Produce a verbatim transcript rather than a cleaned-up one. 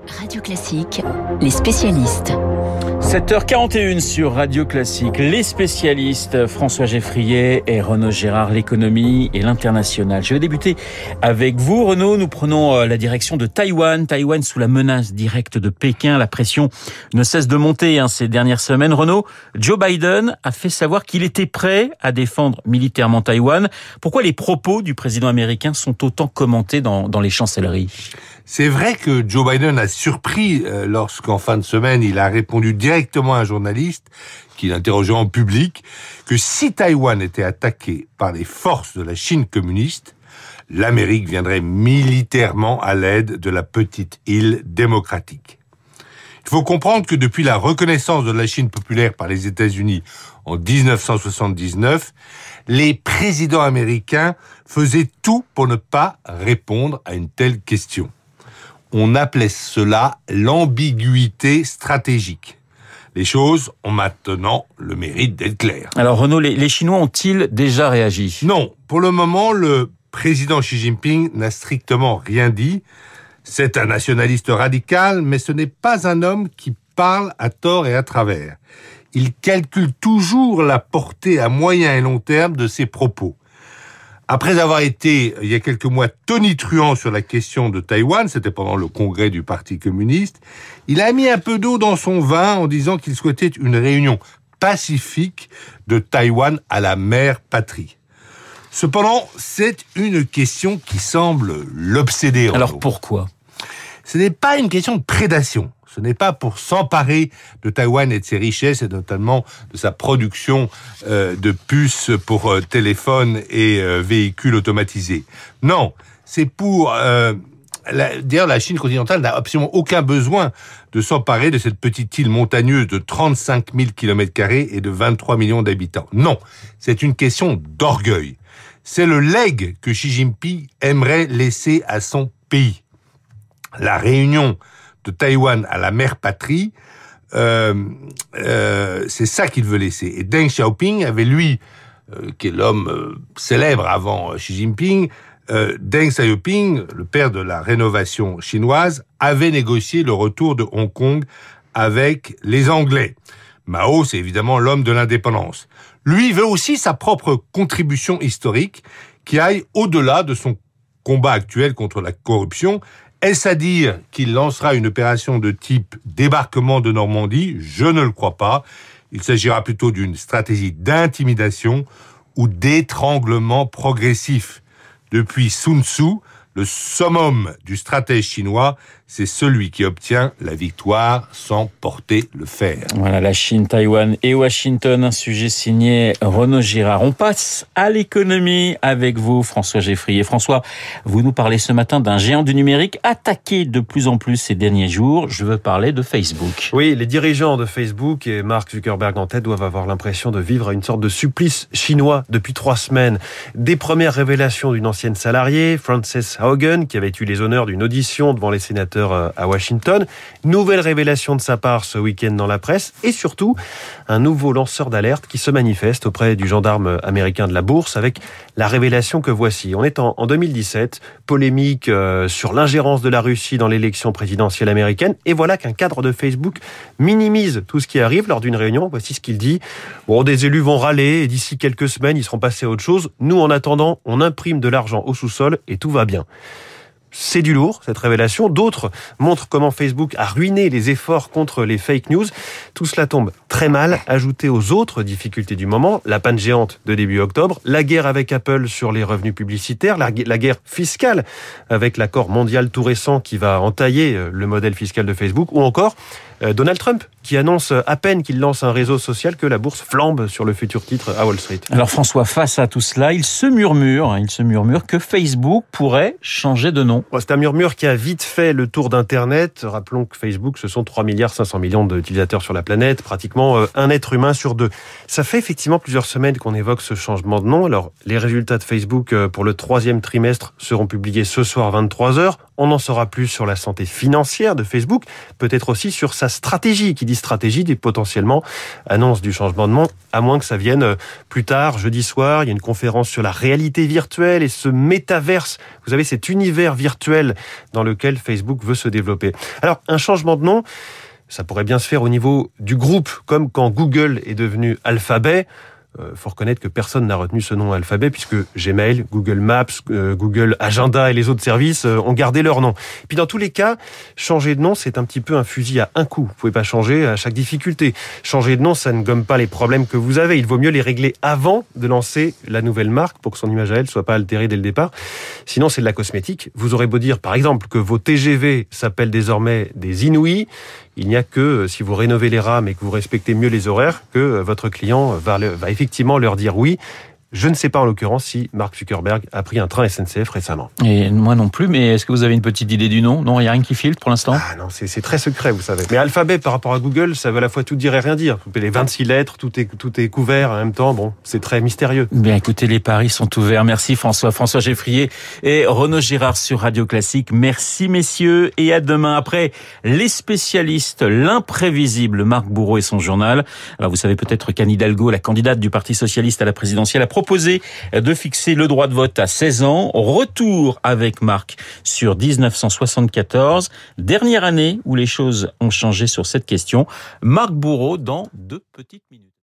Radio Classique, les spécialistes. sept heures quarante et une sur Radio Classique. Les spécialistes, François Geffrier et Renaud Girard, l'économie et l'international. Je vais débuter avec vous, Renaud. Nous prenons la direction de Taïwan. Taïwan sous la menace directe de Pékin. La pression ne cesse de monter hein, ces dernières semaines. Renaud, Joe Biden a fait savoir qu'il était prêt à défendre militairement Taïwan. Pourquoi les propos du président américain sont autant commentés dans, dans les chancelleries ? C'est vrai que Joe Biden a surpris euh, lorsqu'en fin de semaine, il a répondu directement à un journaliste qui l'interrogeait en public que si Taïwan était attaqué par les forces de la Chine communiste, l'Amérique viendrait militairement à l'aide de la petite île démocratique. Il faut comprendre que depuis la reconnaissance de la Chine populaire par les États-Unis en dix-neuf cent soixante-dix-neuf, les présidents américains faisaient tout pour ne pas répondre à une telle question. On appelait cela l'ambiguïté stratégique. Les choses ont maintenant le mérite d'être claires. Alors Renaud, les, les Chinois ont-ils déjà réagi ? Non, pour le moment, le président Xi Jinping n'a strictement rien dit. C'est un nationaliste radical, mais ce n'est pas un homme qui parle à tort et à travers. Il calcule toujours la portée à moyen et long terme de ses propos. Après avoir été, il y a quelques mois, tonitruant sur la question de Taïwan, c'était pendant le congrès du Parti communiste, il a mis un peu d'eau dans son vin en disant qu'il souhaitait une réunion pacifique de Taïwan à la mère patrie. Cependant, c'est une question qui semble l'obséder. Alors pourquoi ? Ce n'est pas une question de prédation. Ce n'est pas pour s'emparer de Taïwan et de ses richesses, et notamment de sa production euh, de puces pour euh, téléphones et euh, véhicules automatisés. Non, c'est pour... Euh, la, d'ailleurs, la Chine continentale n'a absolument aucun besoin de s'emparer de cette petite île montagneuse de trente-cinq mille kilomètres carrés et de vingt-trois millions d'habitants. Non, c'est une question d'orgueil. C'est le legs que Xi Jinping aimerait laisser à son pays. La réunion de Taïwan à la mère patrie, euh, euh, c'est ça qu'il veut laisser. Et Deng Xiaoping avait, lui, euh, qui est l'homme euh, célèbre avant Xi Jinping, euh, Deng Xiaoping, le père de la rénovation chinoise, avait négocié le retour de Hong Kong avec les Anglais. Mao, c'est évidemment l'homme de l'indépendance. Lui veut aussi sa propre contribution historique qui aille au-delà de son combat actuel contre la corruption. Est-ce à dire qu'il lancera une opération de type débarquement de Normandie ? Je ne le crois pas. Il s'agira plutôt d'une stratégie d'intimidation ou d'étranglement progressif. Depuis Sun Tzu, le summum du stratège chinois, c'est celui qui obtient la victoire sans porter le fer. Voilà, la Chine, Taïwan et Washington, un sujet signé Renaud Girard. On passe à l'économie avec vous, François Geffrier. François, vous nous parlez ce matin d'un géant du numérique attaqué de plus en plus ces derniers jours. Je veux parler de Facebook. Oui, les dirigeants de Facebook et Mark Zuckerberg en tête doivent avoir l'impression de vivre une sorte de supplice chinois depuis trois semaines. Des premières révélations d'une ancienne salariée, Frances Haugen, qui avait eu les honneurs d'une audition devant les sénateurs à Washington. Nouvelle révélation de sa part ce week-end dans la presse et surtout un nouveau lanceur d'alerte qui se manifeste auprès du gendarme américain de la bourse avec la révélation que voici. On est en, en deux mille dix-sept, polémique euh, sur l'ingérence de la Russie dans l'élection présidentielle américaine et voilà qu'un cadre de Facebook minimise tout ce qui arrive lors d'une réunion. Voici ce qu'il dit. Bon, des élus vont râler et d'ici quelques semaines, ils seront passés à autre chose. Nous, en attendant, on imprime de l'argent au sous-sol et tout va bien. C'est du lourd, cette révélation. D'autres montrent comment Facebook a ruiné les efforts contre les fake news. Tout cela tombe très mal, ajouté aux autres difficultés du moment. La panne géante de début octobre, la guerre avec Apple sur les revenus publicitaires, la, la guerre fiscale avec l'accord mondial tout récent qui va entailler le modèle fiscal de Facebook, ou encore Donald Trump, qui annonce à peine qu'il lance un réseau social que la bourse flambe sur le futur titre à Wall Street. Alors François, face à tout cela, il se murmure, il se murmure que Facebook pourrait changer de nom. C'est un murmure qui a vite fait le tour d'Internet. Rappelons que Facebook, ce sont trois milliards cinq cents millions d'utilisateurs sur la planète, pratiquement un être humain sur deux. Ça fait effectivement plusieurs semaines qu'on évoque ce changement de nom. Alors, les résultats de Facebook pour le troisième trimestre seront publiés ce soir à vingt-trois heures. On en saura plus sur la santé financière de Facebook, peut-être aussi sur sa stratégie. Qui dit stratégie dit potentiellement annonce du changement de nom, à moins que ça vienne plus tard, jeudi soir. Il y a une conférence sur la réalité virtuelle et ce métaverse. Vous savez, cet univers virtuel dans lequel Facebook veut se développer. Alors, un changement de nom, ça pourrait bien se faire au niveau du groupe, comme quand Google est devenu Alphabet. Euh, faut reconnaître que personne n'a retenu ce nom Alphabet puisque Gmail, Google Maps, euh, Google Agenda et les autres services euh, ont gardé leur nom. Puis dans tous les cas, changer de nom, c'est un petit peu un fusil à un coup. Vous pouvez pas changer à chaque difficulté. Changer de nom, ça ne gomme pas les problèmes que vous avez. Il vaut mieux les régler avant de lancer la nouvelle marque pour que son image à elle soit pas altérée dès le départ. Sinon, c'est de la cosmétique. Vous aurez beau dire, par exemple, que vos T G V s'appellent désormais des Inouïs. Il n'y a que si vous rénovez les rames et que vous respectez mieux les horaires que votre client va, va effectivement leur dire oui. Je ne sais pas en l'occurrence si Mark Zuckerberg a pris un train S N C F récemment. Et moi non plus, mais est-ce que vous avez une petite idée du nom ? Non, il n'y a rien qui filtre pour l'instant ? Ah non, c'est, c'est très secret, vous savez. Mais Alphabet, par rapport à Google, ça veut à la fois tout dire et rien dire. Les vingt-six lettres, tout est, tout est couvert en même temps. Bon, c'est très mystérieux. Bien, écoutez, les paris sont ouverts. Merci François. François Geffrier et Renaud Girard sur Radio Classique. Merci messieurs et à demain. Après les spécialistes, l'imprévisible Marc Bourreau et son journal. Alors vous savez peut-être qu'Anne Hidalgo, la candidate du Parti Socialiste à la présidentielle, a proposé de fixer le droit de vote à seize ans. Retour avec Marc sur dix-neuf cent soixante-quatorze. Dernière année où les choses ont changé sur cette question. Marc Bourreau dans deux petites minutes.